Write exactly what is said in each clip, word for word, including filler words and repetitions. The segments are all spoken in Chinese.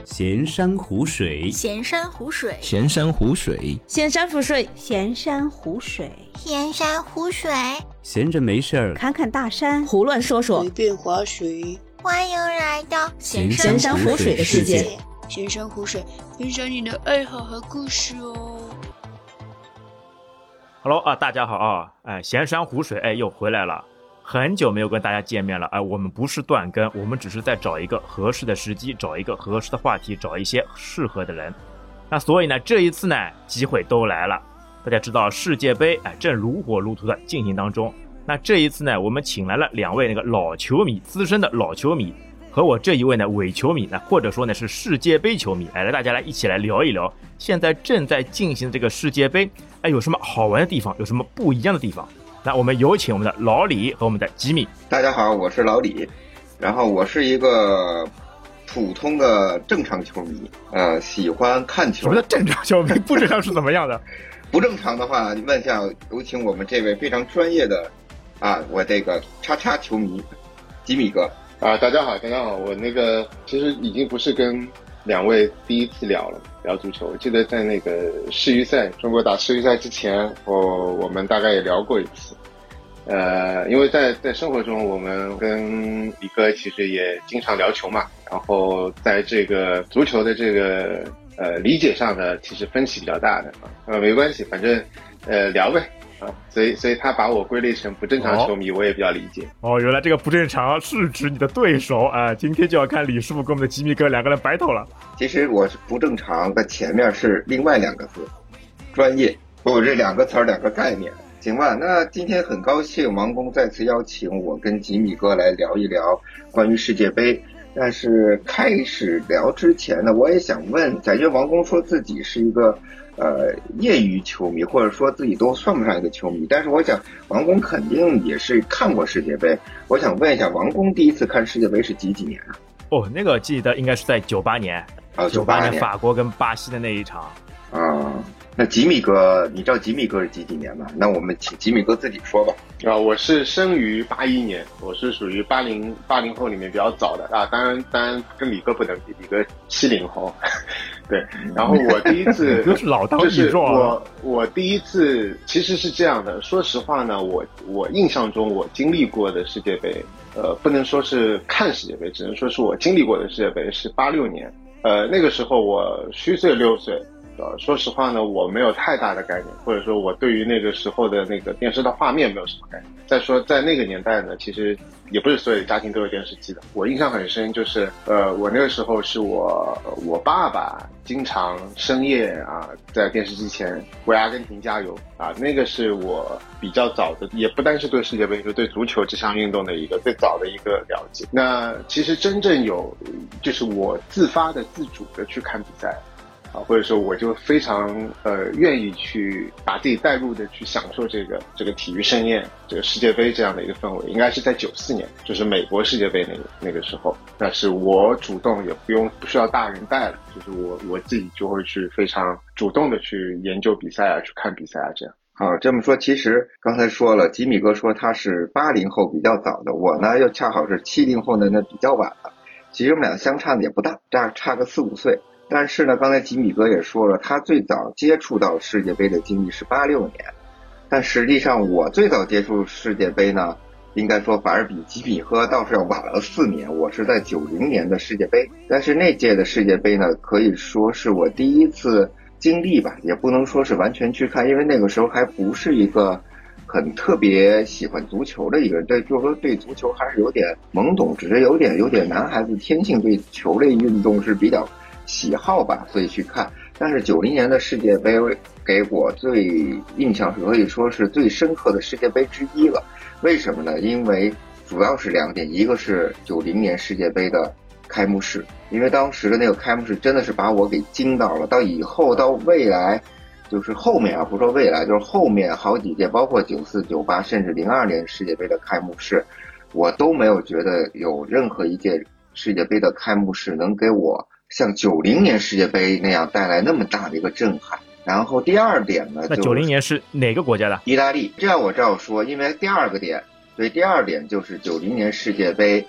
闲山湖水， 闲山湖水， 闲山湖水， 闲山湖水， 闲山湖水， 闲山湖水。 闲着没事儿， 侃侃大山， 胡乱说说， 随便划水。 欢迎来到闲闲山湖水的世界。 闲山湖水，分享你的爱好和故事哦。 Hello 啊，大家好啊！哎，闲山湖水哎又回来了，很久没有跟大家见面了。哎，我们不是断更，我们只是在找一个合适的时机，找一个合适的话题，找一些适合的人。那所以呢，这一次呢，机会都来了。大家知道世界杯哎正如火如荼的进行当中。那这一次呢，我们请来了两位那个老球迷，资深的老球迷，和我这一位呢伪球迷呢，或者说呢是世界杯球迷，哎，来大家来一起来聊一聊，现在正在进行的这个世界杯，哎，有什么好玩的地方，有什么不一样的地方？那我们有请我们的老李和我们的吉米。 大家好，我是老李，然后我是一个普通的正常球迷，呃，喜欢看球。 什么叫正常球迷？不正常是怎么样的？ 不正常的话，问一下，有请我们这位非常专业的啊，我这个叉叉球迷吉米哥。 啊，大家好，大家好，我那个其实已经不是跟两位第一次聊了，聊足球。我记得在那个世预赛，中国打世预赛之前，我我们大概也聊过一次。呃，因为在在生活中，我们跟李哥其实也经常聊球嘛，然后在这个足球的这个呃理解上呢，其实分歧比较大的啊，呃，没关系，反正呃聊呗。啊，所以所以他把我归类成不正常球迷，哦、我也比较理解。 哦，原来这个不正常是指你的对手啊！今天就要看李师傅跟我们的吉米哥两个人 battle 了。 其实我是不正常的前面是另外两个字，专业。我这两个词儿两个概念，行吧？那今天很高兴王工再次邀请我跟吉米哥来聊一聊关于世界杯。但是开始聊之前呢，我也想问，感觉王工说自己是一个呃业余球迷，或者说自己都算不上一个球迷，但是我想王工肯定也是看过世界杯。我想问一下，王工第一次看世界杯是几几年啊？ 哦，那个记得应该是在九八年啊， 九八年法国跟巴西的那一场啊。那吉米哥，你知道吉米哥是几几年吗？那我们请吉米哥自己说吧。 啊，我是生于八一年，我是属于八零八零后里面比较早的啊，当然当然跟李哥不能比，李哥七零后，对。然后我第一次就是老当益壮、 啊，我我第一次其实是这样的，说实话呢，我我印象中我经历过的世界杯，呃，不能说是看世界杯，只能说是我经历过的世界杯是八六年，呃，那个时候我虚岁六岁。呃，说实话呢，我没有太大的概念，或者说我对于那个时候的那个电视的画面没有什么概念。再说在那个年代呢，其实也不是所有的家庭都有电视机的。我印象很深，就是呃，我那个时候是我我爸爸经常深夜啊在电视机前为阿根廷加油啊，那个是我比较早的，也不单是对世界杯，就对足球这项运动的一个最早的一个了解。那其实真正有就是我自发的自主的去看比赛。啊，或者说我就非常呃愿意去把自己带入的去享受这个这个体育盛宴，这个世界杯这样的一个氛围，应该是在九四年，就是美国世界杯那个那个时候，那是我主动也不用不需要大人带了，就是我我自己就会去非常主动的去研究比赛啊，去看比赛啊这样。 好，这么说，其实刚才说了，吉米哥说他是八零后比较早的，我呢又恰好是七零后的，那比较晚了。其实我们俩相差的也不大，这样差个四五岁。但是呢，刚才吉米哥也说了，他最早接触到世界杯的经历是八六年，但实际上我最早接触世界杯呢，应该说反而比吉米哥倒是要晚了四年。我是在九零年的世界杯，但是那届的世界杯呢，可以说是我第一次经历吧，也不能说是完全去看，因为那个时候还不是一个很特别喜欢足球的一个人，对，就是说对足球还是有点懵懂，只是有点有点男孩子天性对球类运动是比较喜好吧，所以去看。但是九零年的世界杯给我最印象是可以说是最深刻的世界杯之一了。为什么呢？因为主要是两点，一个是九零年世界杯的开幕式，因为当时的那个开幕式真的是把我给惊到了。到以后到未来，就是后面啊，不说未来，就是后面好几届，包括九四、九八，甚至零二年世界杯的开幕式，我都没有觉得有任何一届世界杯的开幕式能给我像九零年世界杯那样带来那么大的一个震撼。然后第二点呢， 那九零年是哪个国家的？ 意大利。这样我这样说，因为第二个点，对，第二点就是九零年世界杯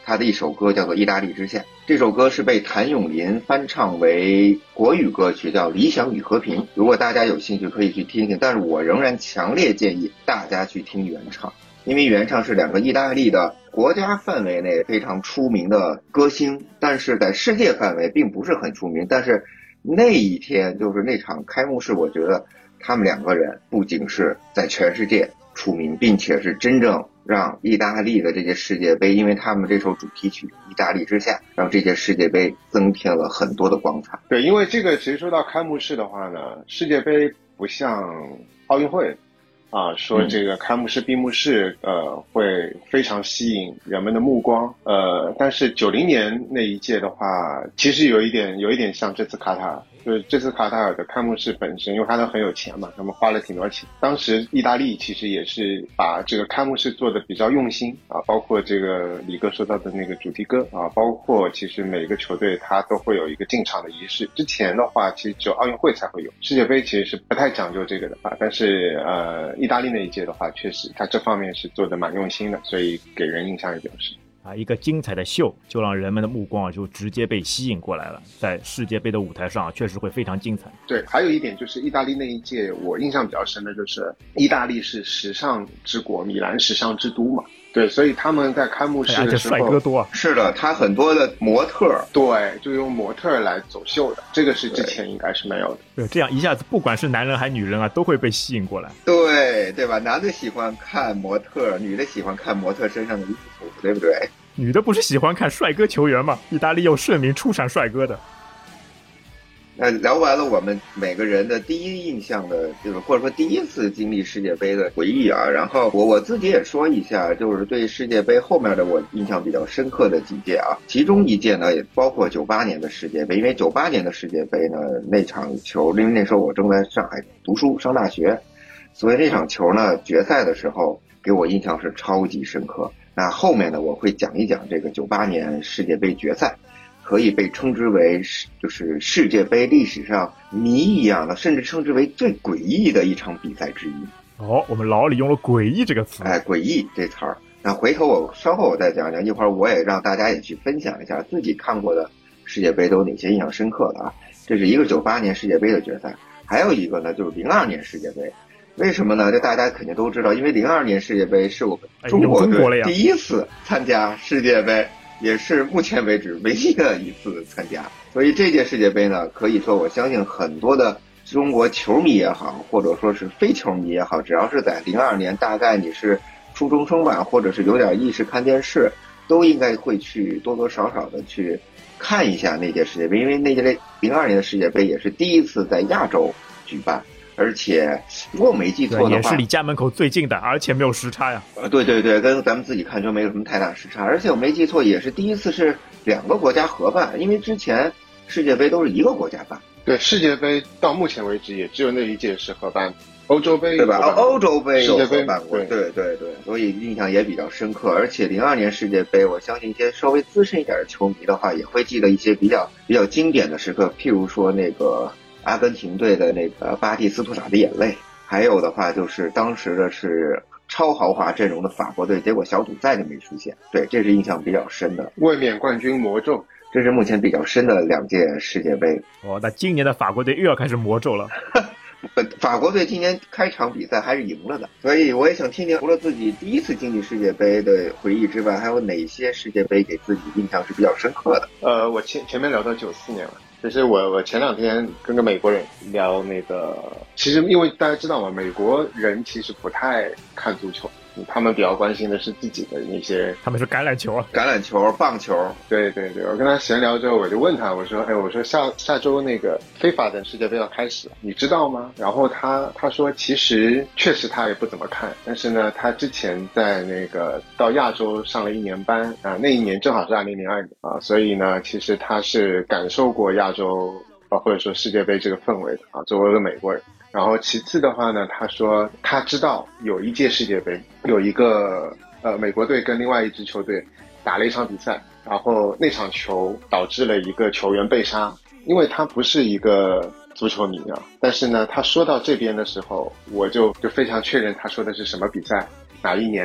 他的一首歌叫做《意大利之夏》，这首歌是被谭咏麟翻唱为国语歌曲，叫《理想与和平》。如果大家有兴趣可以去听听，但是我仍然强烈建议大家去听原唱，因为原唱是两个意大利的国家范围内非常出名的歌星，但是在世界范围并不是很出名。但是那一天就是那场开幕式，我觉得他们两个人不仅是在全世界出名，并且是真正让意大利的这届世界杯，因为他们这首主题曲《意大利之夏》，让这届世界杯增添了很多的光彩。 对，因为这个其实说到开幕式的话呢，世界杯不像奥运会啊，说这个开幕式、闭幕式，呃，会非常吸引人们的目光，呃，但是九零年那一届的话，其实有一点，有一点像这次卡塔尔，就是这次卡塔尔的开幕式本身，因为他都很有钱嘛，他们花了挺多钱。当时意大利其实也是把这个开幕式做的比较用心啊，包括这个李哥说到的那个主题歌啊，包括其实每个球队它都会有一个进场的仪式。之前的话，其实只有奥运会才会有，世界杯其实是不太讲究这个的啊，但是呃。意大利那一届的话，确实他这方面是做的蛮用心的，所以给人印象也比较深啊。一个精彩的秀就让人们的目光就直接被吸引过来了，在世界杯的舞台上确实会非常精彩。 对，还有一点就是意大利那一届我印象比较深的就是意大利是时尚之国，米兰时尚之都嘛，对，所以他们在开幕式的时候， 而且帅哥多。 是的，他很多的模特， 对，就用模特来走秀的，这个是之前应该是没有的。 对，这样一下子不管是男人还是女人啊，都会被吸引过来。 对，对吧？男的喜欢看模特，女的喜欢看模特身上的衣服，对不对？ 女的不是喜欢看帅哥球员吗？意大利又盛名出产帅哥的。 那聊完了我们每个人的第一印象的这个，或者说第一次经历世界杯的回忆啊，然后我我自己也说一下，就是对世界杯后面的我印象比较深刻的几届啊，其中一届呢也包括九八年的世界杯，因为九八年的世界杯呢那场球，因为那时候我正在上海读书上大学，所以那场球呢决赛的时候给我印象是超级深刻。那后面呢我会讲一讲这个九八年世界杯决赛。可以被称之为就是世界杯历史上谜一样的，甚至称之为最诡异的一场比赛之一。 哦，我们老李用了诡异这个词。 哎，诡异这词儿。那回头我稍后我再讲讲，一会儿我也让大家也去分享一下自己看过的世界杯都有哪些印象深刻的啊。这是一个九八年世界杯的决赛，还有一个呢就是零二年世界杯。为什么呢？这大家肯定都知道，因为零二年世界杯是我们中国队第一次参加世界杯。也是目前为止唯一的一次参加，所以这届世界杯呢，可以说我相信很多的中国球迷也好，或者说是非球迷也好，只要是在零二年，大概你是初中生吧，或者是有点意识看电视，都应该会去多多少少的去看一下那届世界杯，因为那届零二年的世界杯也是第一次在亚洲举办。而且如果我没记错的话， 也是离家门口最近的，而且没有时差呀。 呃，对对对，跟咱们自己看球没有什么太大时差。而且我没记错，也是第一次是两个国家合办，因为之前世界杯都是一个国家办。 对，世界杯到目前为止也只有那一届是合办，欧洲杯对吧？欧洲杯有合办过， 对对对对，所以印象也比较深刻。而且零二年世界杯，我相信一些稍微资深一点的球迷的话，也会记得一些比较比较经典的时刻，譬如说那个。阿根廷队的那个巴蒂斯图塔的眼泪，还有的话就是当时的是超豪华阵容的法国队，结果小组赛就没出现。对，这是印象比较深的。 卫冕冠军魔咒， 这是目前比较深的两届世界杯。 哦，那今年的法国队又要开始魔咒了。 法国队今年开场比赛还是赢了的，所以我也想听听，除了自己第一次经历世界杯的回忆之外，还有哪些世界杯给自己印象是比较深刻的？ 呃，我前前面聊到九四年了。其实我我前两天跟个美国人聊那个，其实因为大家知道嘛，美国人其实不太看足球，他们比较关心的是自己的那些， 他们是橄榄球啊， 橄榄球、棒球。 对对对，我跟他闲聊之后，我就问他，我说，哎，我说下下周那个非法的世界杯要开始了，你知道吗？然后他他说，其实确实他也不怎么看，但是呢，他之前在那个到亚洲上了一年班啊，那一年正好是二零零二年啊，所以呢，其实他是感受过亚洲啊或者说世界杯这个氛围的啊，作为一个美国人。然后其次的话呢，他说他知道有一届世界杯有一个呃美国队跟另外一支球队打了一场比赛，然后那场球导致了一个球员被杀，因为他不是一个足球迷啊，但是呢他说到这边的时候，我就就非常确认他说的是什么比赛哪一年的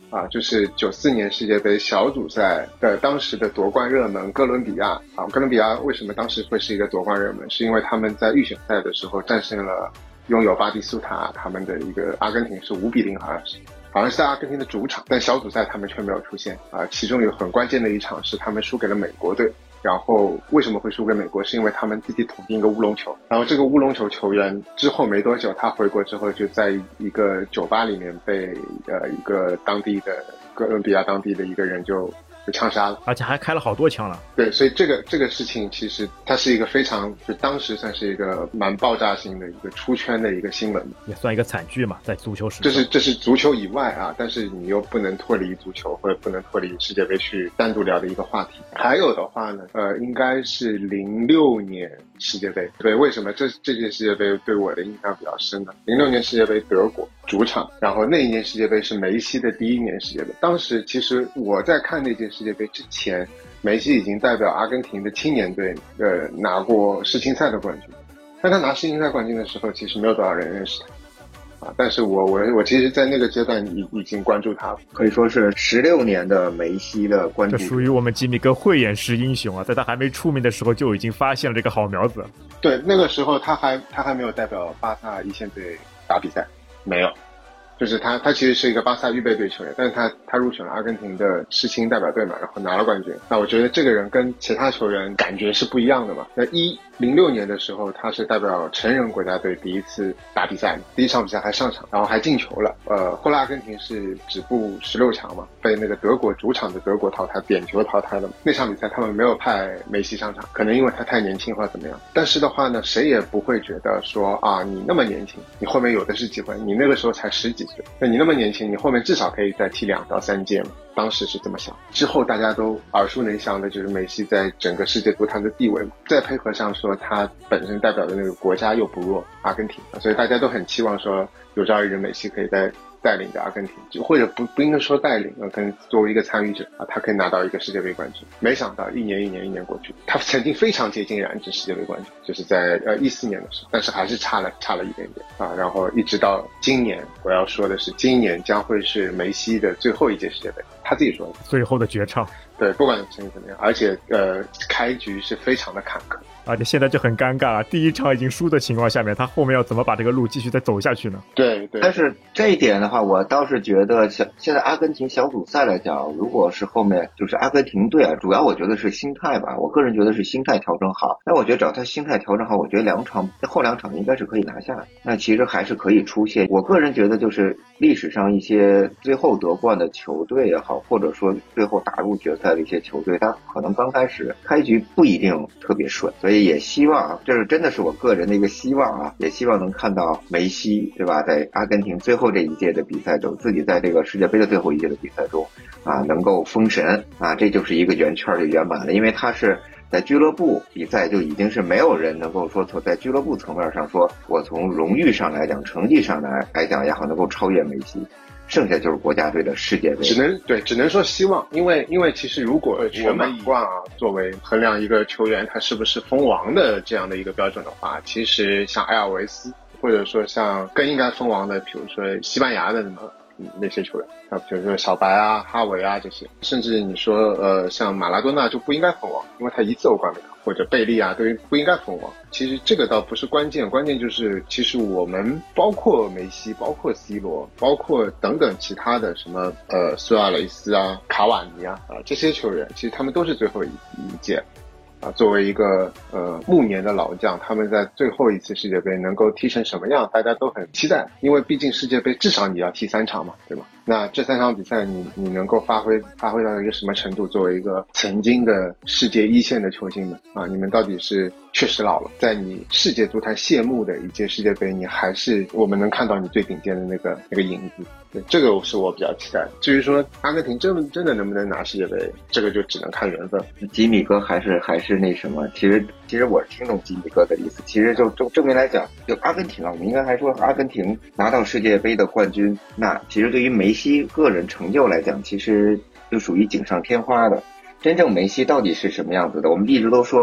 啊，就是九四年世界杯小组赛的当时的夺冠热门哥伦比亚啊。哥伦比亚为什么当时会是一个夺冠热门？是因为他们在预选赛的时候战胜了拥有巴蒂斯塔他们的一个阿根廷，是五比零，好像是。好像是在阿根廷的主场，但小组赛他们却没有出现啊。其中有很关键的一场是他们输给了美国队，然后为什么会输给美国？是因为他们自己捅进一个乌龙球，然后这个乌龙球球员之后没多久，他回国之后就在一个酒吧里面被呃一个当地的哥伦比亚当地的一个人就就枪杀了， 而且还开了好多枪了。 对，所以这个这个事情其实它是一个非常，就当时算是一个蛮爆炸性的一个出圈的一个新闻， 也算一个惨剧嘛，在足球史上。 这是这是足球以外啊，但是你又不能脱离足球，或者不能脱离世界杯去单独聊的一个话题。还有的话呢，呃，应该是零六年世界杯。对，为什么这这届世界杯对我的印象比较深呢？零六年世界杯德国主场，然后那一年世界杯是梅西的第一年世界杯。当时其实我在看那届世界杯之前，梅西已经代表阿根廷的青年队呃拿过世青赛的冠军，但他拿世青赛冠军的时候，其实没有多少人认识他啊。但是我我我其实，在那个阶段已已经关注他了， 可以说是十六年的梅西的关注。 这属于我们吉米哥慧眼识英雄啊，在他还没出名的时候就已经发现了这个好苗子。 对，那个时候他还他还没有代表巴萨一线队打比赛，没有。就是他，他其实是一个巴萨预备队球员，但是他他入选了阿根廷的世青代表队嘛，然后拿了冠军。那我觉得这个人跟其他球员感觉是不一样的嘛。那一零六年的时候，他是代表成人国家队第一次打比赛嘛，第一场比赛还上场，然后还进球了。呃，后来阿根廷是止步十六强嘛，被那个德国主场的德国淘汰，点球淘汰了。那场比赛他们没有派梅西上场，可能因为他太年轻或者怎么样。但是的话呢，谁也不会觉得说啊，你那么年轻，你后面有的是机会，你那个时候才十几岁。那你那么年轻，你后面至少可以再踢两到三届嘛？当时是这么想。之后大家都耳熟能详的就是梅西在整个世界足坛的地位嘛，再配合上说他本身代表的那个国家又不弱，阿根廷，所以大家都很期望说有朝一日梅西可以在带领着阿根廷，就或者不不应该说带领，可能作为一个参与者啊，他可以拿到一个世界杯冠军。没想到一年一年一年过去，他曾经非常接近染指世界杯冠军，就是在呃一四年的时候，但是还是差了差了一点点啊。然后一直到今年，我要说的是，今年将会是梅西的最后一届世界杯，他自己说的， 最后的绝唱。 对，不管成绩怎么样，而且呃开局是非常的坎坷。 而且现在就很尴尬啊！第一场已经输的情况下面，他后面要怎么把这个路继续再走下去呢？ 对对。 但是这一点的话，我倒是觉得小现在阿根廷小组赛来讲，如果是后面就是阿根廷队啊，主要我觉得是心态吧。我个人觉得是心态调整好。那我觉得只要他心态调整好，我觉得两场后两场应该是可以拿下。那其实还是可以出现。我个人觉得就是历史上一些最后得冠的球队也好，或者说最后打入决赛的一些球队，他可能刚开始开局不一定特别顺，所以也希望啊，这是真的是我个人的一个希望啊，也希望能看到梅西，对吧，在阿根廷最后这一届的比赛中，自己在这个世界杯的最后一届的比赛中啊，能够封神啊，这就是一个圆圈就圆满了，因为他是在俱乐部比赛就已经是没有人能够说从在俱乐部层面上说，我从荣誉上来讲，成绩上来来讲也好，能够超越梅西。剩下就是国家队的世界杯， 只能对，只能说希望，因为因为其实如果全满贯啊，作为衡量一个球员他是不是封王的这样的一个标准的话，其实像埃尔维斯，或者说像更应该封王的，比如说西班牙的什么那些球员啊，比如说小白啊、哈维啊这些，甚至你说呃像马拉多纳就不应该封王，因为他一次欧冠没拿，或者贝利啊都不应该封王。其实这个倒不是关键，关键就是其实我们包括梅西、包括 C 罗、包括等等其他的什么呃苏亚雷斯啊、卡瓦尼啊啊这些球员，其实他们都是最后一一届。啊，作为一个呃暮年的老将，他们在最后一次世界杯能够踢成什么样，大家都很期待。因为毕竟世界杯至少你要踢三场嘛，对吧？那这三场比赛你你能够发挥发挥到一个什么程度？作为一个曾经的世界一线的球星们啊，你们到底是确实老了，在你世界足坛谢幕的一届世界杯，你还是我们能看到你最顶尖的那个那个影子。对，这个是我比较期待的。至于说阿根廷真的真的能不能拿世界杯，这个就只能看缘分。 吉米哥还是还是那什么，其实其实我是听懂吉米哥的意思。其实就就证明来讲，就阿根廷啊，我们应该还说阿根廷拿到世界杯的冠军，那其实对于梅西个人成就来讲，其实就属于锦上添花的。真正梅西到底是什么样子的？我们一直都说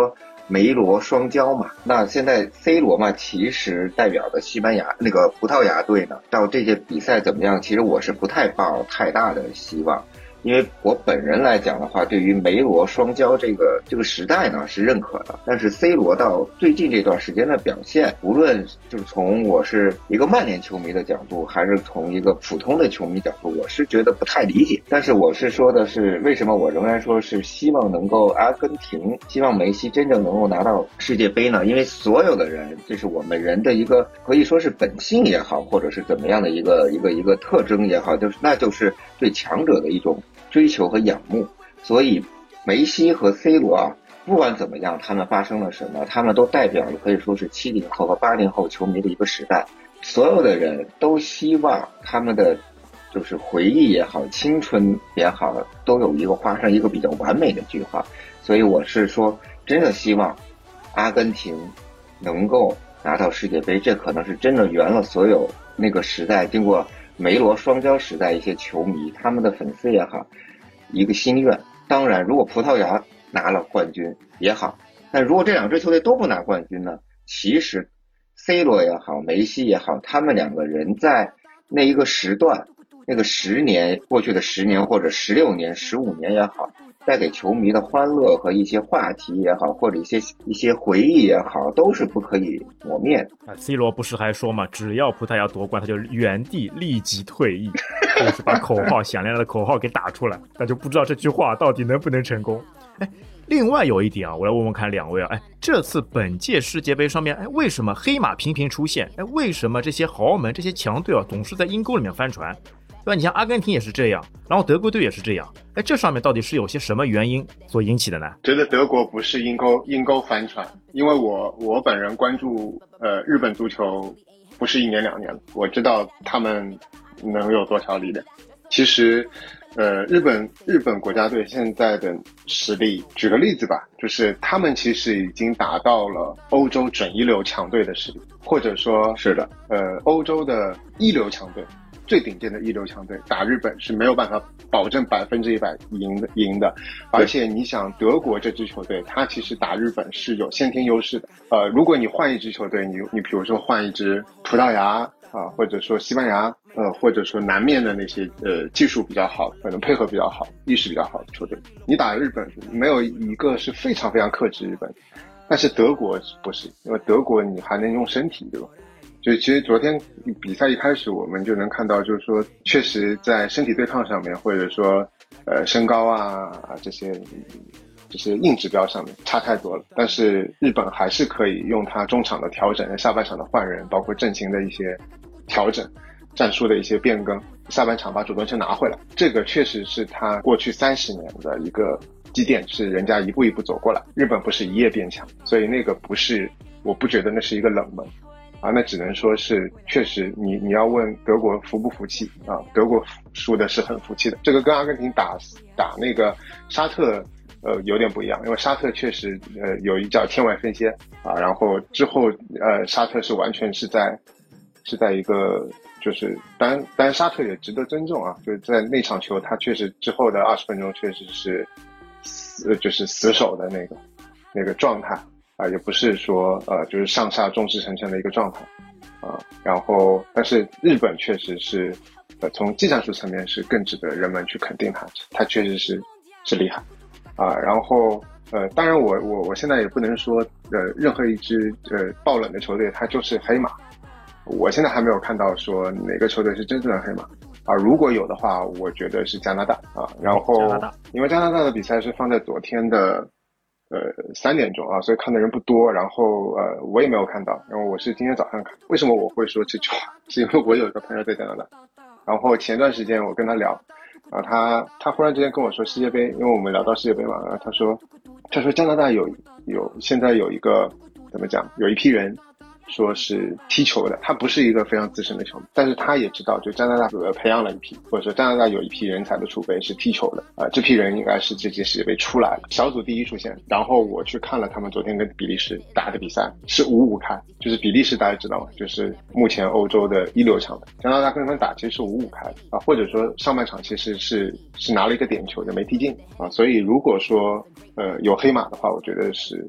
梅罗双骄嘛。那现在 C 罗嘛，其实代表的西班牙那个葡萄牙队呢，到这届比赛怎么样？其实我是不太抱太大的希望。因为我本人来讲的话，对于梅罗双骄这个这个时代呢是认可的，但是 C 罗到最近这段时间的表现，无论就是从我是一个曼联球迷的角度，还是从一个普通的球迷角度，我是觉得不太理解。但是我是说的是，为什么我仍然说是希望能够阿根廷，希望梅西真正能够拿到世界杯呢？因为所有的人，这是我们人的一个可以说是本性也好，或者是怎么样的一个一个一个特征也好，就是那就是对强者的一种追求和仰慕。所以梅西和 C 罗啊，不管怎么样，他们发生了什么，他们都代表了可以说是七零后和八零后球迷的一个时代。所有的人都希望他们的就是回忆也好，青春也好，都有一个画上一个比较完美的句号。所以我是说，真的希望阿根廷能够拿到世界杯，这可能是真的圆了所有那个时代经过梅罗双骄时代一些球迷他们的粉丝也好一个心愿。当然如果葡萄牙拿了冠军也好，但如果这两支球队都不拿冠军呢，其实 C 罗也好，梅西也好，他们两个人在那一个时段，那个十年过去的十年或者十六年十五年也好，带给球迷的欢乐和一些话题也好，或者一些一些回忆也好，都是不可以磨灭的。 啊 C 罗不是还说嘛，只要葡萄牙夺冠，他就原地立即退役，就是把口号响亮的口号给打出来，那就不知道这句话到底能不能成功。哎，另外有一点啊，我来问问看两位啊，哎，这次本届世界杯上面，哎，为什么黑马频频出现？哎，为什么这些豪门、这些强队啊，总是在阴沟里面翻船？对吧？你像阿根廷也是这样，然后德国队也是这样，哎，这上面到底是有些什么原因所引起的呢？ 觉得德国不是阴沟阴沟翻船，因为我我本人关注呃日本足球不是一年两年了，我知道他们能有多少力量。其实呃，日本日本国家队现在的实力，举个例子吧，就是他们其实已经达到了欧洲准一流强队的实力，或者说是的， 呃，欧洲的一流强队，最顶尖的一流强队打日本是没有办法保证百分之一百赢的赢的。而且你想，德国这支球队，它其实打日本是有先天优势的。呃，如果你换一支球队，你你比如说换一支葡萄牙啊，或者说西班牙，呃，或者说南面的那些呃技术比较好，可能配合比较好，意识比较好的球队，你打日本没有一个是非常非常克制日本，但是德国不是，因为德国你还能用身体，对吧？所以其实昨天比赛一开始，我们就能看到，就是说，确实在身体对抗上面，或者说呃身高啊啊这些这些硬指标上面差太多了。但是日本还是可以用它中场的调整、下半场的换人，包括阵型的一些调整、战术的一些变更，下半场把主动权拿回来。这个确实是他过去三十年的一个积淀，是人家一步一步走过来。日本不是一夜变强，所以那个不是，我不觉得那是一个冷门。啊，那只能说是确实你你要问德国服不服气啊？德国输的是很服气的。这个跟阿根廷打打那个沙特呃有点不一样，因为沙特确实呃有一脚天外飞仙啊，然后之后呃沙特是完全是在是在一个就是当然当然沙特也值得尊重啊，就是在那场球他确实之后的二十分钟确实是死就是死守的那个那个状态。啊，也不是说呃，就是上下众志成城的一个状态，啊，然后但是日本确实是，呃，从技战术层面是更值得人们去肯定它，它确实是是厉害，啊，然后呃，当然我我我现在也不能说呃任何一支呃爆冷的球队它就是黑马，我现在还没有看到说哪个球队是真正的黑马，啊，如果有的话，我觉得是加拿大啊，然后因为加拿大的比赛是放在昨天的。呃，三点钟啊，所以看的人不多。然后呃，我也没有看到，然后我是今天早上看。为什么我会说这句话？是因为我有一个朋友在加拿大，然后前段时间我跟他聊，啊，他他忽然之间跟我说世界杯，因为我们聊到世界杯嘛，然后他说，他说加拿大有有现在有一个怎么讲，有一批人。说是踢球的，他不是一个非常资深的球迷，但是他也知道，就加拿大培养了一批，或者说加拿大有一批人才的储备是踢球的，啊、呃，这批人应该是这届世界杯出来了，小组第一出现。然后我去看了他们昨天跟比利时打的比赛，是五五开，就是比利时大家知道吗？就是目前欧洲的一流强的，加拿大跟他们打其实是五五开啊，或者说上半场其实是是拿了一个点球就没踢进啊，所以如果说呃有黑马的话，我觉得是。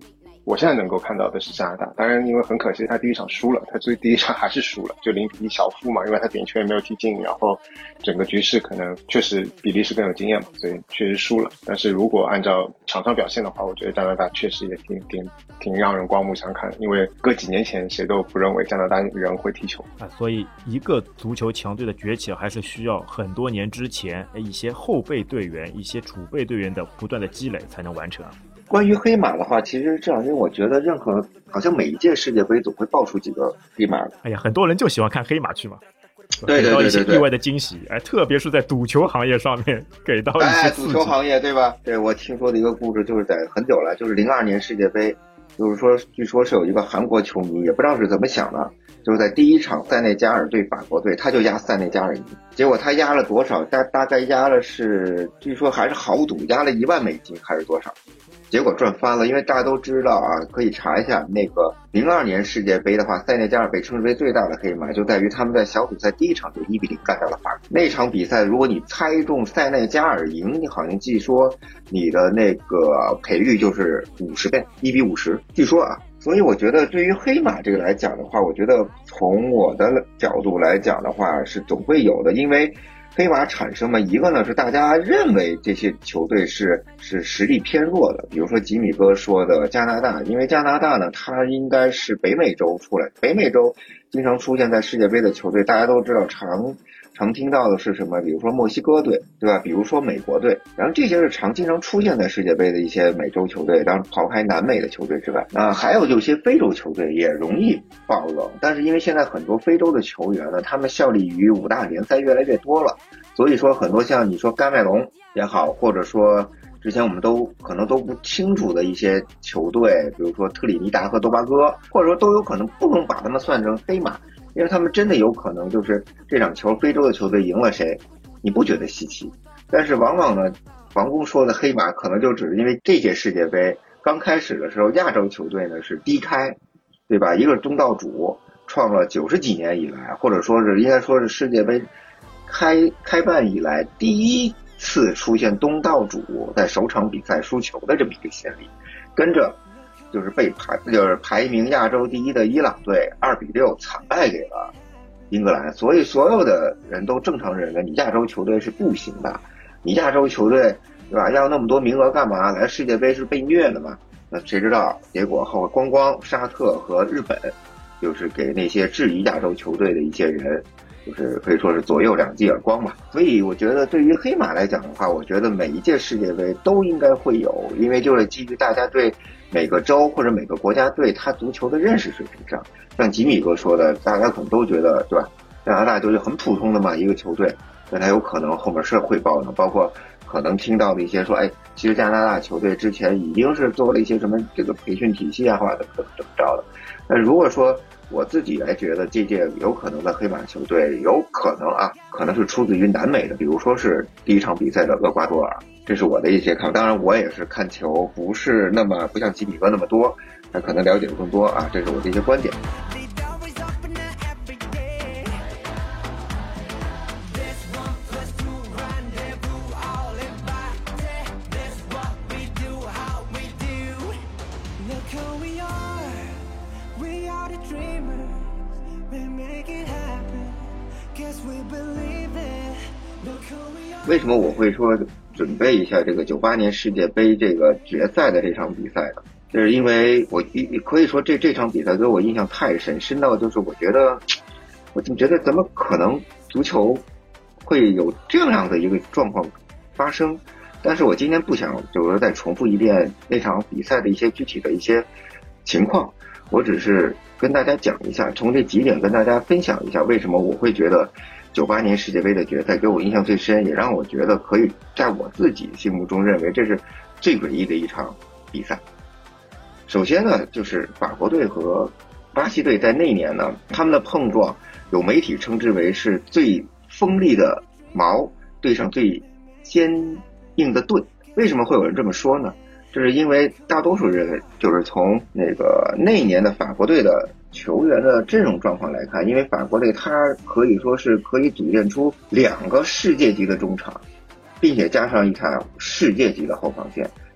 我现在能够看到的是加拿大。当然因为很可惜他第一场输了，他最第一场还是输了，就零比一小负嘛，因为他点球也没有踢进，然后整个局势可能确实比利时更有经验嘛，所以确实输了。但是如果按照场上表现的话，我觉得加拿大确实也挺挺挺让人刮目相看，因为搁几年前谁都不认为加拿大人会踢球啊。所以一个足球强队的崛起还是需要很多年之前一些后备队员一些储备队员的不断的积累才能完成。 关于黑马的话，其实这两天我觉得任何好像每一届世界杯总会爆出几个黑马。 哎呀，很多人就喜欢看黑马去嘛， 对对对对对， 给到一些意外的惊喜，哎，特别是在赌球行业上面给到一些刺激。 哎，赌球行业对吧？对，我听说的一个故事就是在很久了，就是零二年世界杯，就是说据说是有一个韩国球迷也不知道是怎么想的，就是在第一场塞内加尔对法国队，他就压塞内加尔赢，结果他压了多少？大大概压了是，据说还是豪赌，压了一万美金还是多少？结果赚翻了，因为大家都知道啊，可以查一下那个零二年世界杯的话，塞内加尔被称之为最大的黑马，就在于他们在小组赛第一场就一比零干掉了法国。那场比赛，如果你猜中塞内加尔赢，你好像据说你的那个赔率就是五十倍，一比五十，据说啊。所以我觉得对于黑马这个来讲的话，我觉得从我的角度来讲的话是总会有的，因为黑马产生嘛，一个呢是大家认为这些球队是是实力偏弱的，比如说吉米哥说的加拿大，因为加拿大呢它应该是北美洲出来，北美洲经常出现在世界杯的球队，大家都知道常常听到的是什么，比如说墨西哥队，对吧？比如说美国队，然后这些是常经常出现在世界杯的一些美洲球队，当然抛开南美的球队之外，啊，还有就一些非洲球队也容易爆冷，但是因为现在很多非洲的球员呢，他们效力于五大联赛越来越多了，所以说很多像你说甘麦隆也好，或者说之前我们都可能都不清楚的一些球队，比如说特立尼达和多巴哥，或者说都有可能不能把他们算成黑马，因为他们真的有可能就是这场球非洲的球队赢了谁你不觉得稀奇，但是往往呢王工说的黑马可能就只是因为这届世界杯刚开始的时候亚洲球队呢是低开，对吧？一个东道主创了九十几年以来，或者说是应该说是世界杯开开办以来第一次出现东道主在首场比赛输球的这么一个先例，跟着就是被排就是排名亚洲第一的伊朗队二比六惨败给了英格兰，所以所有的人都正常认为你亚洲球队是不行的，你亚洲球队对吧？要那么多名额干嘛？来世界杯是被虐的嘛？那谁知道结果后光光沙特和日本就是给那些质疑亚洲球队的一些人就是可以说是左右两记耳光吧。所以我觉得对于黑马来讲的话，我觉得每一届世界杯都应该会有，因为就是基于大家对每个州或者每个国家对他足球的认识水平上，像吉米哥说的，大家可能都觉得对吧？加拿大就是很普通的嘛一个球队，但他有可能后面是会爆的，包括可能听到的一些说，哎，其实加拿大球队之前已经是做了一些什么这个培训体系啊，或者怎么怎么着的。但如果说我自己来觉得这届有可能的黑马球队，有可能啊，可能是出自于南美的，比如说是第一场比赛的厄瓜多尔，这是我的一些看法。当然，我也是看球不是那么不像吉米哥那么多，他可能了解的更多啊，这是我的一些观点。为什么我会说准备一下这个九八年世界杯这个决赛的这场比赛呢？就是因为我可以说这这场比赛给我印象太深，深到就是我觉得，我就觉得怎么可能足球会有这样的一个状况发生？但是我今天不想就是再重复一遍那场比赛的一些具体的一些情况，我只是跟大家讲一下，从这几点跟大家分享一下为什么我会觉得九八年世界杯的决赛给我印象最深，也让我觉得可以在我自己心目中认为这是最诡异的一场比赛。首先呢，就是法国队和巴西队在那年呢，他们的碰撞有媒体称之为是最锋利的矛对上最坚硬的盾。为什么会有人这么说呢？就是因为大多数人就是从那个那一年的法国队的球员的阵容状况来看，因为法国队他可以说是可以组建出两个世界级的中场，并且加上一场世界级的后防线。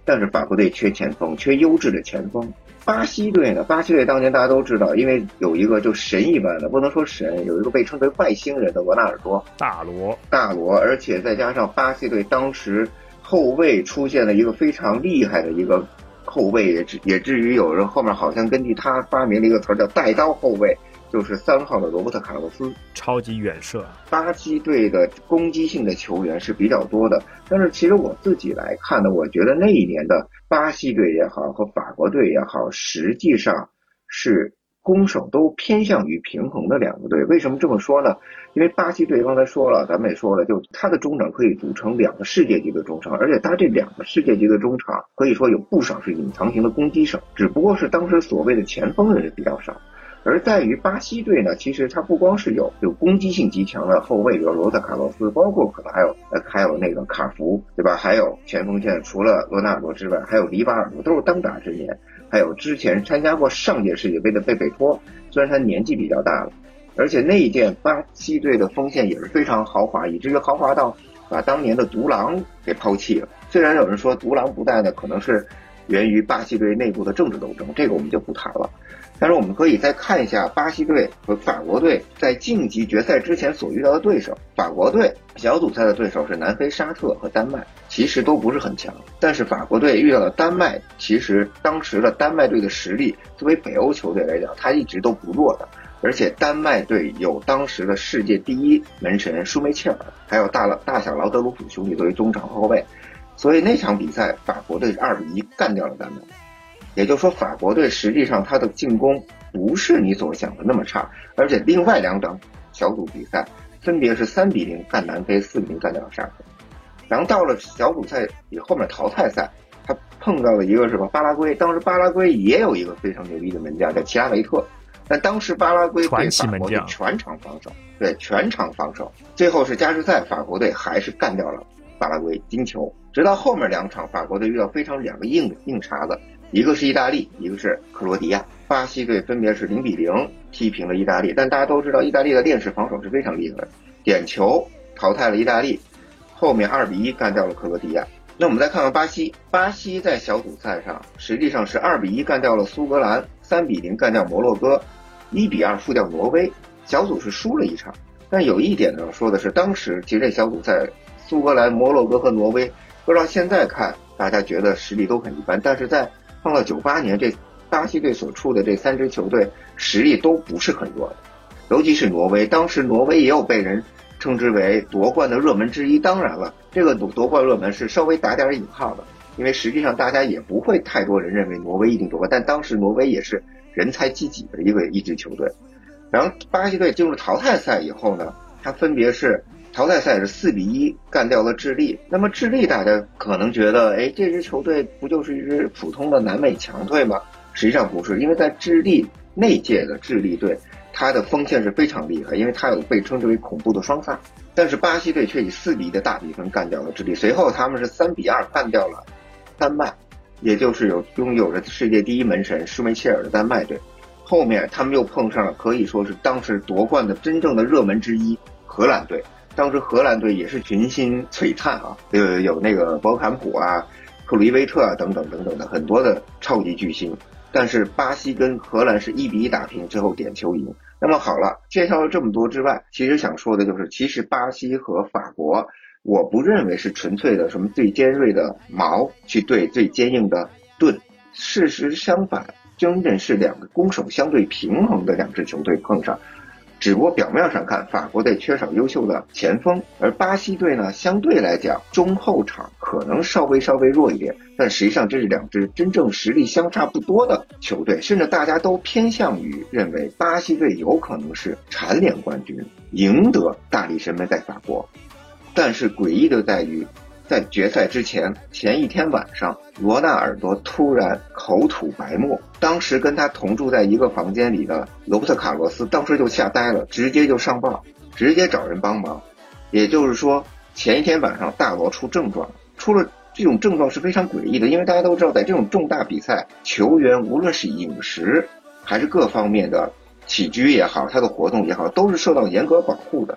但是法国队缺前锋，缺优质的前锋。巴西队呢？巴西队当年大家都知道，因为有一个就神一般的，不能说神，有一个被称为外星人的罗纳尔多， 大罗， 大罗，而且再加上巴西队当时后卫出现了一个非常厉害的一个后卫，也至也至于有人后面好像根据他发明了一个词叫带刀后卫，就是三号的罗伯特卡洛斯， 超级远射。 巴西队的攻击性的球员是比较多的，但是其实我自己来看呢，我觉得那一年的巴西队也好和法国队也好，实际上是攻守都偏向于平衡的两个队。为什么这么说呢？因为巴西队刚才说了，咱们也说了，就他的中场可以组成两个世界级的中场，而且他这两个世界级的中场可以说有不少是隐藏型的攻击手，只不过是当时所谓的前锋的人比较少。而在于巴西队呢，其实他不光是有有攻击性极强的后卫，比如罗特卡洛斯，包括可能还有呃还有那个卡福，对吧？还有前锋线除了罗纳尔多之外，还有里瓦尔多，都是当打之年。还有之前参加过上届世界杯的贝贝托，虽然他年纪比较大了，而且那一届巴西队的锋线也是非常豪华，以至于豪华到把当年的独狼给抛弃了。虽然有人说独狼不在呢，可能是源于巴西队内部的政治斗争，这个我们就不谈了。但是我们可以再看一下巴西队和法国队在晋级决赛之前所遇到的对手。法国队小组赛的对手是南非、沙特和丹麦，其实都不是很强。但是法国队遇到的丹麦，其实当时的丹麦队的实力，作为北欧球队来讲，它一直都不弱的。而且丹麦队有当时的世界第一门神舒梅切尔，还有大大小劳德鲁普兄弟作为中场后卫，所以那场比赛法国队二比一干掉了丹麦。也就是说，法国队实际上他的进攻不是你所想的那么差，而且另外两场小组比赛分别是三比零干南非，四比零干掉了沙特。然后到了小组赛以后面淘汰赛，他碰到了一个什么巴拉圭，当时巴拉圭也有一个非常牛逼的门将叫齐拉维特，但当时巴拉圭对法国队全场防守，对全场防守，最后是加时赛，法国队还是干掉了巴拉圭金球。直到后面两场，法国队遇到非常两个硬硬茬子。一个是意大利，一个是克罗地亚。巴西队分别是零比零踢平了意大利，但大家都知道意大利的链式防守是非常厉害的，点球淘汰了意大利，后面二比一干掉了克罗地亚。那我们再看看巴西，巴西在小组赛上实际上是二比一干掉了苏格兰，三比零干掉摩洛哥，一比二负掉挪威，小组是输了一场。但有一点呢，说的是当时其实这小组赛苏格兰、摩洛哥和挪威，不知道现在看大家觉得实力都很一般，但是在放到九八年，这巴西队所出的这三支球队实力都不是很弱的，尤其是挪威。当时挪威也有被人称之为夺冠的热门之一。当然了，这个夺冠热门是稍微打点引号的，因为实际上大家也不会太多人认为挪威一定夺冠，但当时挪威也是人才济济的一个一支球队。然后巴西队进入淘汰赛以后呢，它分别是淘汰赛是四比一干掉了智利。那么智利大家可能觉得，哎，这支球队不就是一支普通的南美强队吗？实际上不是，因为在智利那届的智利队，他的锋线是非常厉害，因为他有被称之为恐怖的双萨。但是巴西队却以四比一的大比分干掉了智利，随后他们是三比二干掉了丹麦，也就是有拥有着世界第一门神舒梅切尔的丹麦队。后面他们又碰上了可以说是当时夺冠的真正的热门之一荷兰队。当时荷兰队也是群星璀璨啊，有有那个博坎普啊、克鲁伊维特啊等等等等的很多的超级巨星。但是巴西跟荷兰是一比一打平之后点球赢。那么好了，介绍了这么多之外，其实想说的就是，其实巴西和法国，我不认为是纯粹的什么最尖锐的矛去对最坚硬的盾，事实相反，真正是两个攻守相对平衡的两支球队碰上。只不过表面上看，法国队缺少优秀的前锋，而巴西队呢，相对来讲中后场可能稍微稍微弱一点，但实际上这是两支真正实力相差不多的球队，甚至大家都偏向于认为巴西队有可能是蝉联冠军，赢得大力神杯在法国。但是诡异的在于，在决赛之前前一天晚上，罗纳尔多突然口吐白沫，当时跟他同住在一个房间里的罗伯特卡洛斯当时就吓呆了，直接就上报，直接找人帮忙。也就是说，前一天晚上大罗出症状，出了这种症状是非常诡异的，因为大家都知道，在这种重大比赛，球员无论是饮食还是各方面的起居也好，他的活动也好，都是受到严格保护的。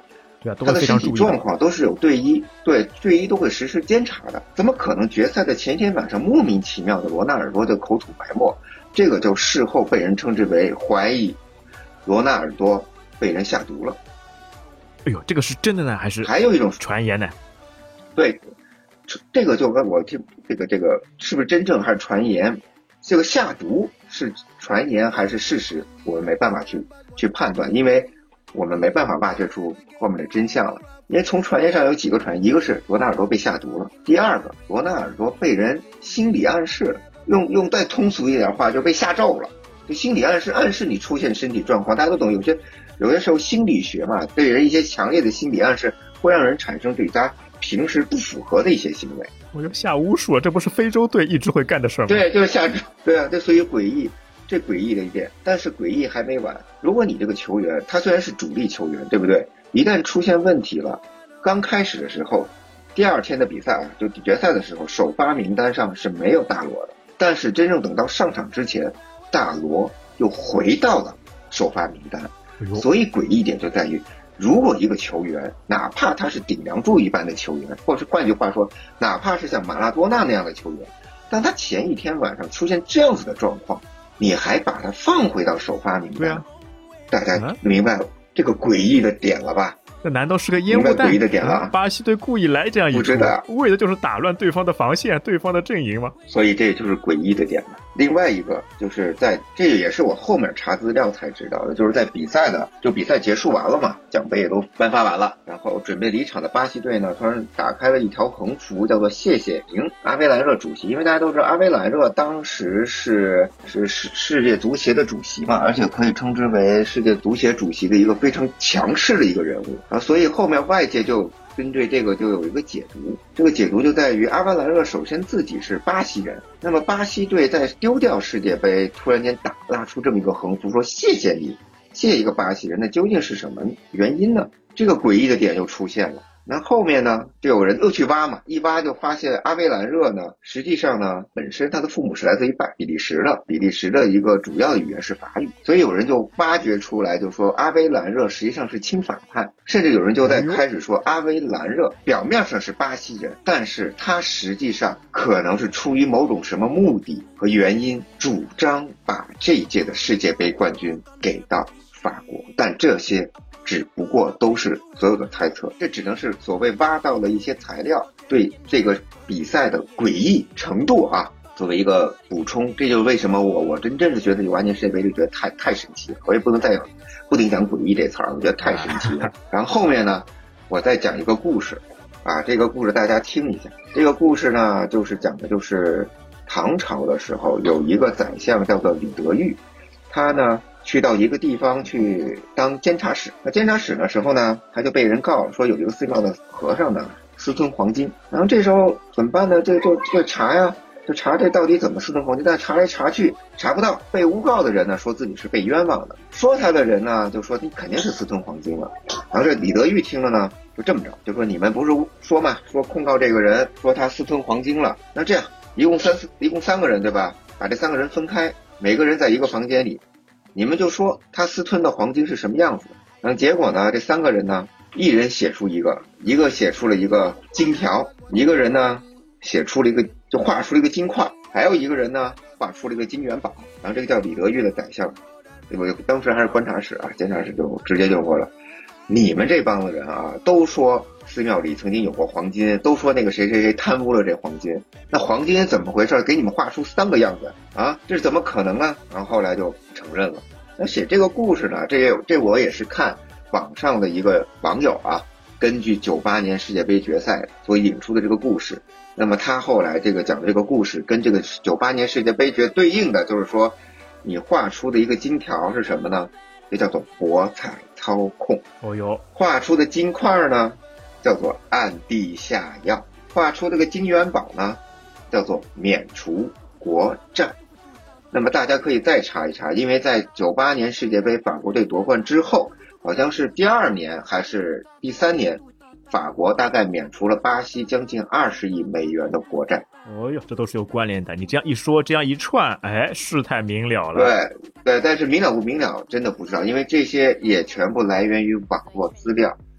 对啊，都他的身会非常注意体状况都是有队医，对队医都会实时监察的。怎么可能决赛的前一天晚上莫名其妙的罗纳尔多就口吐白沫？这个就事后被人称之为怀疑罗纳尔多被人下毒了。 哎呦，这个是真的呢，还是还有一种传言呢？ 对，这个就跟我听这个这个是不是真正还是传言？这个下毒是传言还是事实，我们没办法去去判断，因为我们没办法挖掘出后面的真相了。因为从传言上有几个传言，一个是罗纳尔多被下毒了，第二个罗纳尔多被人心理暗示了，用用再通俗一点话就被下咒了。就心理暗示暗示你出现身体状况，大家都懂，有些有些时候心理学嘛，对人一些强烈的心理暗示会让人产生对他平时不符合的一些行为。 我就下巫术，这不是非洲队一直会干的事吗？ 对，就是下，对啊，这所以诡异，这诡异的一点。但是诡异还没完，如果你这个球员他虽然是主力球员，对不对？一旦出现问题了，刚开始的时候，第二天的比赛啊，就决赛的时候，首发名单上是没有大罗的。但是真正等到上场之前，大罗又回到了首发名单。所以诡异点就在于，如果一个球员，哪怕他是顶梁柱一般的球员，或者是换句话说，哪怕是像马拉多纳那样的球员，当他前一天晚上出现这样子的状况，你还把他放回到首发名单， 对啊， 大家明白这个诡异的点了吧？ 这难道是个烟雾弹？ 诡异的点了、 嗯，巴西队故意来这样一出，为的就是打乱对方的防线、对方的阵营吗？ 所以这就是诡异的点了。另外一个就是在这也是我后面查资料才知道的，就是在比赛的就比赛结束完了嘛，奖杯也都颁发完了，然后准备离场的巴西队呢，突然打开了一条横幅，叫做谢谢您阿维兰热主席。因为大家都知道阿维兰热当时是是世世界足协的主席嘛，而且可以称之为世界足协主席的一个非常强势的一个人物啊，所以后面外界就针对这个就有一个解读，这个解读就在于阿维兰热首先自己是巴西人，那么巴西队在丢掉世界杯突然间打拉出这么一个横幅说谢谢你，谢谢一个巴西人，那究竟是什么原因呢？这个诡异的点就出现了。那后面呢就有人又去挖嘛，一挖就发现阿维兰热呢实际上呢本身他的父母是来自于比利时的，比利时的一个主要的语言是法语，所以有人就挖掘出来就说阿维兰热实际上是亲反叛，甚至有人就在开始说阿维兰热表面上是巴西人，但是他实际上可能是出于某种什么目的和原因主张把这一届的世界杯冠军给到法国，但这些只不过都是所有的猜测，这只能是所谓挖到了一些材料，对这个比赛的诡异程度啊作为一个补充。这就是为什么我我真正是觉得九八年世界杯就觉得太太神奇了，我也不能再不停讲诡异这词儿，我觉得太神奇了。然后后面呢我再讲一个故事啊，这个故事大家听一下。这个故事呢就是讲的就是唐朝的时候有一个宰相叫做李德裕，他呢去到一个地方去当监察使，那监察使的时候呢，他就被人告说有一个寺庙的和尚呢私吞黄金，然后这时候怎么办呢？这就就查呀，就查这到底怎么私吞黄金，但查来查去查不到，被诬告的人呢说自己是被冤枉的，说他的人呢就说你肯定是私吞黄金了。然后这李德裕听了呢就这么着，就说你们不是说嘛，说控告这个人说他私吞黄金了，那这样一共三一共三个人对吧？把这三个人分开，每个人在一个房间里。你们就说他私吞的黄金是什么样子的，然后结果呢这三个人呢一人写出一个，一个写出了一个金条，一个人呢写出了一个就画出了一个金块，还有一个人呢画出了一个金元宝。然后这个叫李德裕的宰相，我当时还是观察使啊，监察使就直接就说了，你们这帮子人啊都说寺庙里曾经有过黄金，都说那个谁谁谁贪污了这黄金，那黄金怎么回事？给你们画出三个样子啊，这是怎么可能啊？然后后来就承认了。那写这个故事呢，这也有这我也是看网上的一个网友啊，根据九八年世界杯决赛所引出的这个故事，那么他后来这个讲的这个故事跟这个九八年世界杯决对应的就是说，你画出的一个金条是什么呢？这叫做博彩操控。 哦哟， 画出的金块呢叫做暗地下药，画出这个金元宝呢叫做免除国债。那么大家可以再查一查，因为在九八年世界杯法国队夺冠之后，好像是第二年还是第三年，法国大概免除了巴西将近二十亿美元的国债。 哦哟，这都是有关联的。你这样一说，这样一串，哎，事态明了了。 对对，但是明了不明了真的不知道，因为这些也全部来源于网络资料。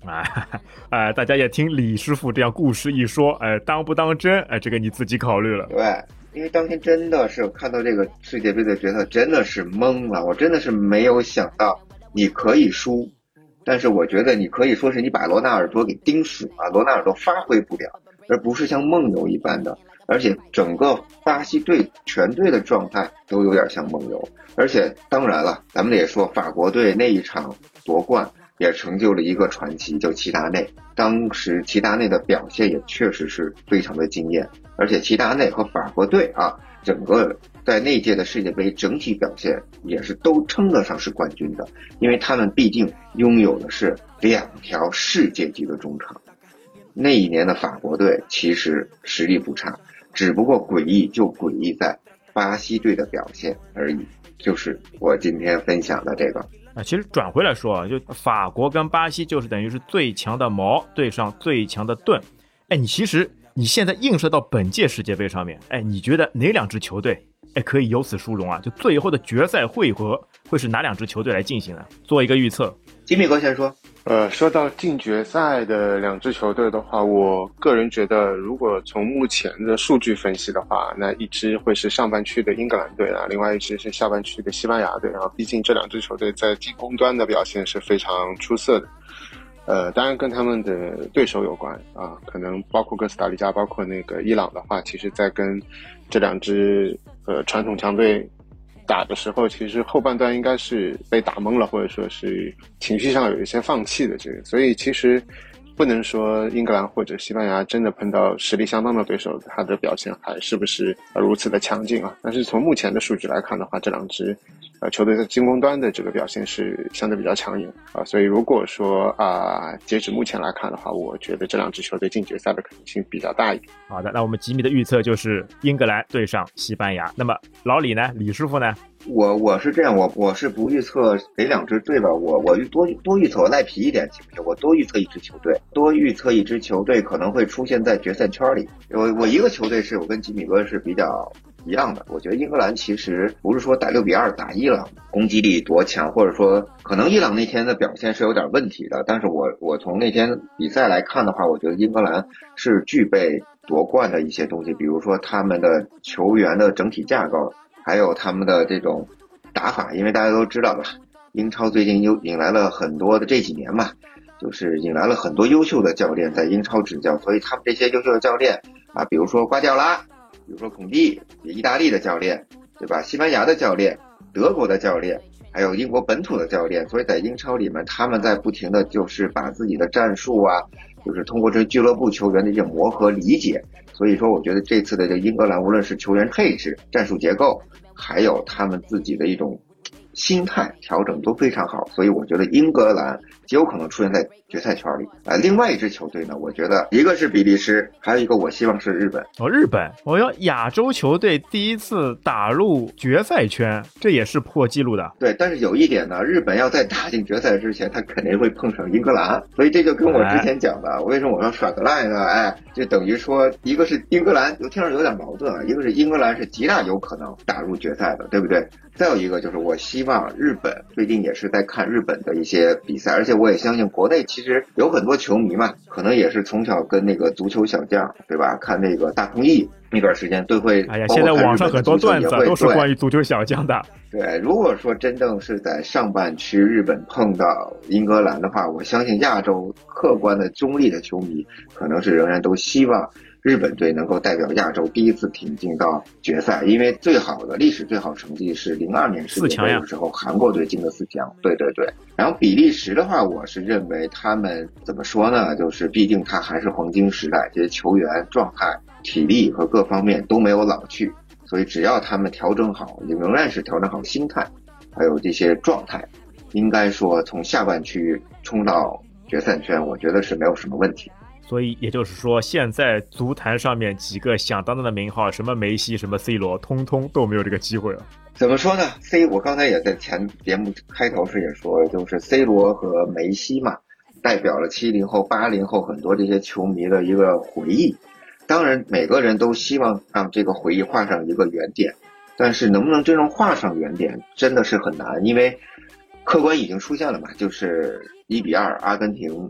啊，哎，大家也听李师傅这样故事一说，哎，当不当真，哎，这个你自己考虑了。 对，因为当天真的是看到这个世界杯的决赛，真的是懵了，我真的是没有想到你可以输，但是我觉得你可以说是你把罗纳尔多给盯死了，罗纳尔多发挥不了，而不是像梦游一般的，而且整个巴西队全队的状态都有点像梦游。而且当然了，咱们也说法国队那一场夺冠也成就了一个传奇，叫齐达内。当时齐达内的表现也确实是非常的惊艳，而且齐达内和法国队啊，整个在那届的世界杯整体表现也是都称得上是冠军的，因为他们必定拥有的是两条世界级的中场。那一年的法国队其实实力不差，只不过诡异就诡异在巴西队的表现而已，就是我今天分享的这个。 啊，其实转回来说啊，就法国跟巴西就是等于是最强的矛对上最强的盾。哎，你其实你现在映射到本届世界杯上面，哎，你觉得哪两支球队哎可以有此殊荣啊？就最后的决赛会合会是哪两支球队来进行呢？做一个预测。 吉米哥先说。 呃，说到进决赛的两支球队的话，我个人觉得，如果从目前的数据分析的话，那一支会是上半区的英格兰队啊，另外一支是下半区的西班牙队。然后，毕竟这两支球队在进攻端的表现是非常出色的。呃，当然跟他们的对手有关啊，可能包括哥斯达黎加，包括那个伊朗的话，其实在跟这两支呃传统强队打的时候，其实后半段应该是被打懵了，或者说是情绪上有一些放弃的这个，所以其实不能说英格兰或者西班牙真的碰到实力相当的对手，他的表现还是不是如此的强劲啊？但是从目前的数据来看的话，这两支呃球队在进攻端的这个表现是相对比较抢眼啊，所以如果说啊、呃，截止目前来看的话，我觉得这两支球队进决赛的可能性比较大一点。 好的，那我们吉米的预测就是英格兰对上西班牙。那么老李呢？李师傅呢？ 我我是这样，我我是不预测哪两支队吧，我我多多预测，我赖皮一点行不行？我多预测一支球队，多预测一支球队可能会出现在决赛圈里。我我一个球队是我跟吉米哥是比较一样的，我觉得英格兰其实不是说打六比二打伊朗攻击力多强，或者说可能伊朗那天的表现是有点问题的，但是我我从那天比赛来看的话，我觉得英格兰是具备夺冠的一些东西，比如说他们的球员的整体架构，还有他们的这种打法。因为大家都知道吧，英超最近又引来了很多的这几年嘛，就是引来了很多优秀的教练在英超执教，所以他们这些优秀的教练啊，比如说瓜迪奥拉，比如说孔蒂，意大利的教练，对吧？西班牙的教练，德国的教练，还有英国本土的教练，所以在英超里面，他们在不停的就是把自己的战术啊，就是通过这俱乐部球员的一些磨合理解。所以说，我觉得这次的这英格兰，无论是球员配置、战术结构，还有他们自己的一种心态调整都非常好，所以我觉得英格兰极有可能出现在决赛圈里。呃，另外一支球队呢，我觉得一个是比利时，还有一个我希望是日本。 哦，日本，我要亚洲球队第一次打入决赛圈，这也是破纪录的。 对，但是有一点呢，日本要在打进决赛之前，他肯定会碰上英格兰，所以这就跟我之前讲的，为什么我要耍个赖呢？哎，就等于说，一个是英格兰，听着有点矛盾啊，一个是英格兰是极大有可能打入决赛的，对不对？再有一个就是我希望日本，最近也是在看日本的一些比赛，而且我也相信国内其实有很多球迷嘛，可能也是从小跟那个足球小将，对吧？看那个大空翼那段时间都会， 哎呀，现在网上很多段子都是关于足球小将的。 对，如果说真正是在上半区日本碰到英格兰的话，我相信亚洲客观的中立的球迷可能是仍然都希望日本队能够代表亚洲第一次挺进到决赛，因为最好的历史最好成绩是零二年世界杯的时候韩国队进了四强。对对对。然后比利时的话，我是认为他们怎么说呢，就是毕竟他还是黄金时代，这些球员状态、体力和各方面都没有老去，所以只要他们调整好，仍然是调整好心态还有这些状态，应该说从下半区冲到决赛圈，我觉得是没有什么问题。 所以也就是说，现在足坛上面几个响当当的名号，什么梅西、什么 C 罗，通通都没有这个机会了。 怎么说呢 ？C 我刚才也在前节目开头时也说，就是 C 罗和梅西嘛，代表了七零后、八零后很多这些球迷的一个回忆。当然，每个人都希望让这个回忆画上一个圆点，但是能不能真正画上圆点，真的是很难，因为客观已经出现了嘛，就是一比二，阿根廷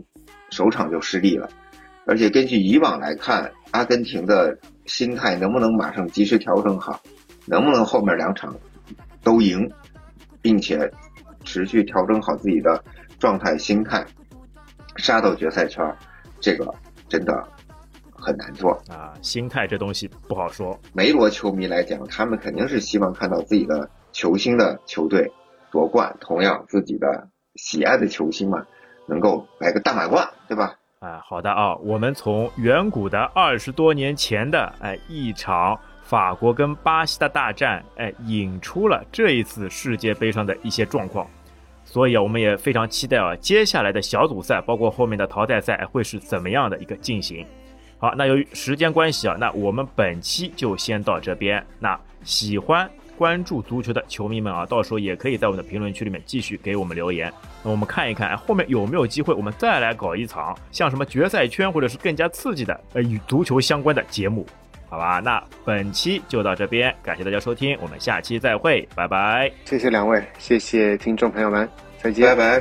首场就失利了。而且根据以往来看，阿根廷的心态能不能马上及时调整好，能不能后面两场都赢，并且持续调整好自己的状态心态，杀到决赛圈，这个真的很难做啊。心态这东西不好说。 梅罗球迷来讲，他们肯定是希望看到自己的球星的球队夺冠，同样自己的喜爱的球星嘛，能够来个大满贯，对吧？ 啊，好的啊，我们从远古的二十多年前的哎一场法国跟巴西的大战，哎，引出了这一次世界杯上的一些状况。所以啊，我们也非常期待啊，接下来的小组赛，包括后面的淘汰赛会是怎么样的一个进行。好，那由于时间关系啊，那我们本期就先到这边。那喜欢关注足球的球迷们啊，到时候也可以在我们的评论区里面继续给我们留言。那我们看一看，哎，后面有没有机会我们再来搞一场像什么决赛圈或者是更加刺激的呃与足球相关的节目，好吧？那本期就到这边，感谢大家收听，我们下期再会，拜拜。 谢谢两位，谢谢听众朋友们，再见， 拜拜。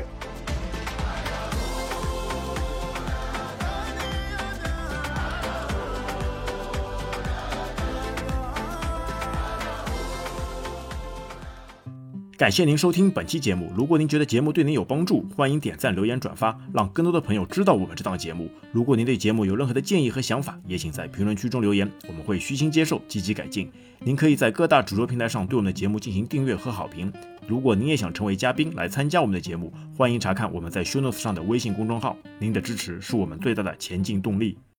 感谢您收听本期节目。如果您觉得节目对您有帮助，欢迎点赞、留言、转发，让更多的朋友知道我们这档节目。如果您对节目有任何的建议和想法，也请在评论区中留言，我们会虚心接受，积极改进。您可以在各大主流平台上对我们的节目进行订阅和好评。如果您也想成为嘉宾来参加我们的节目，欢迎查看我们在 show notes 上的微信公众号。您的支持是我们最大的前进动力。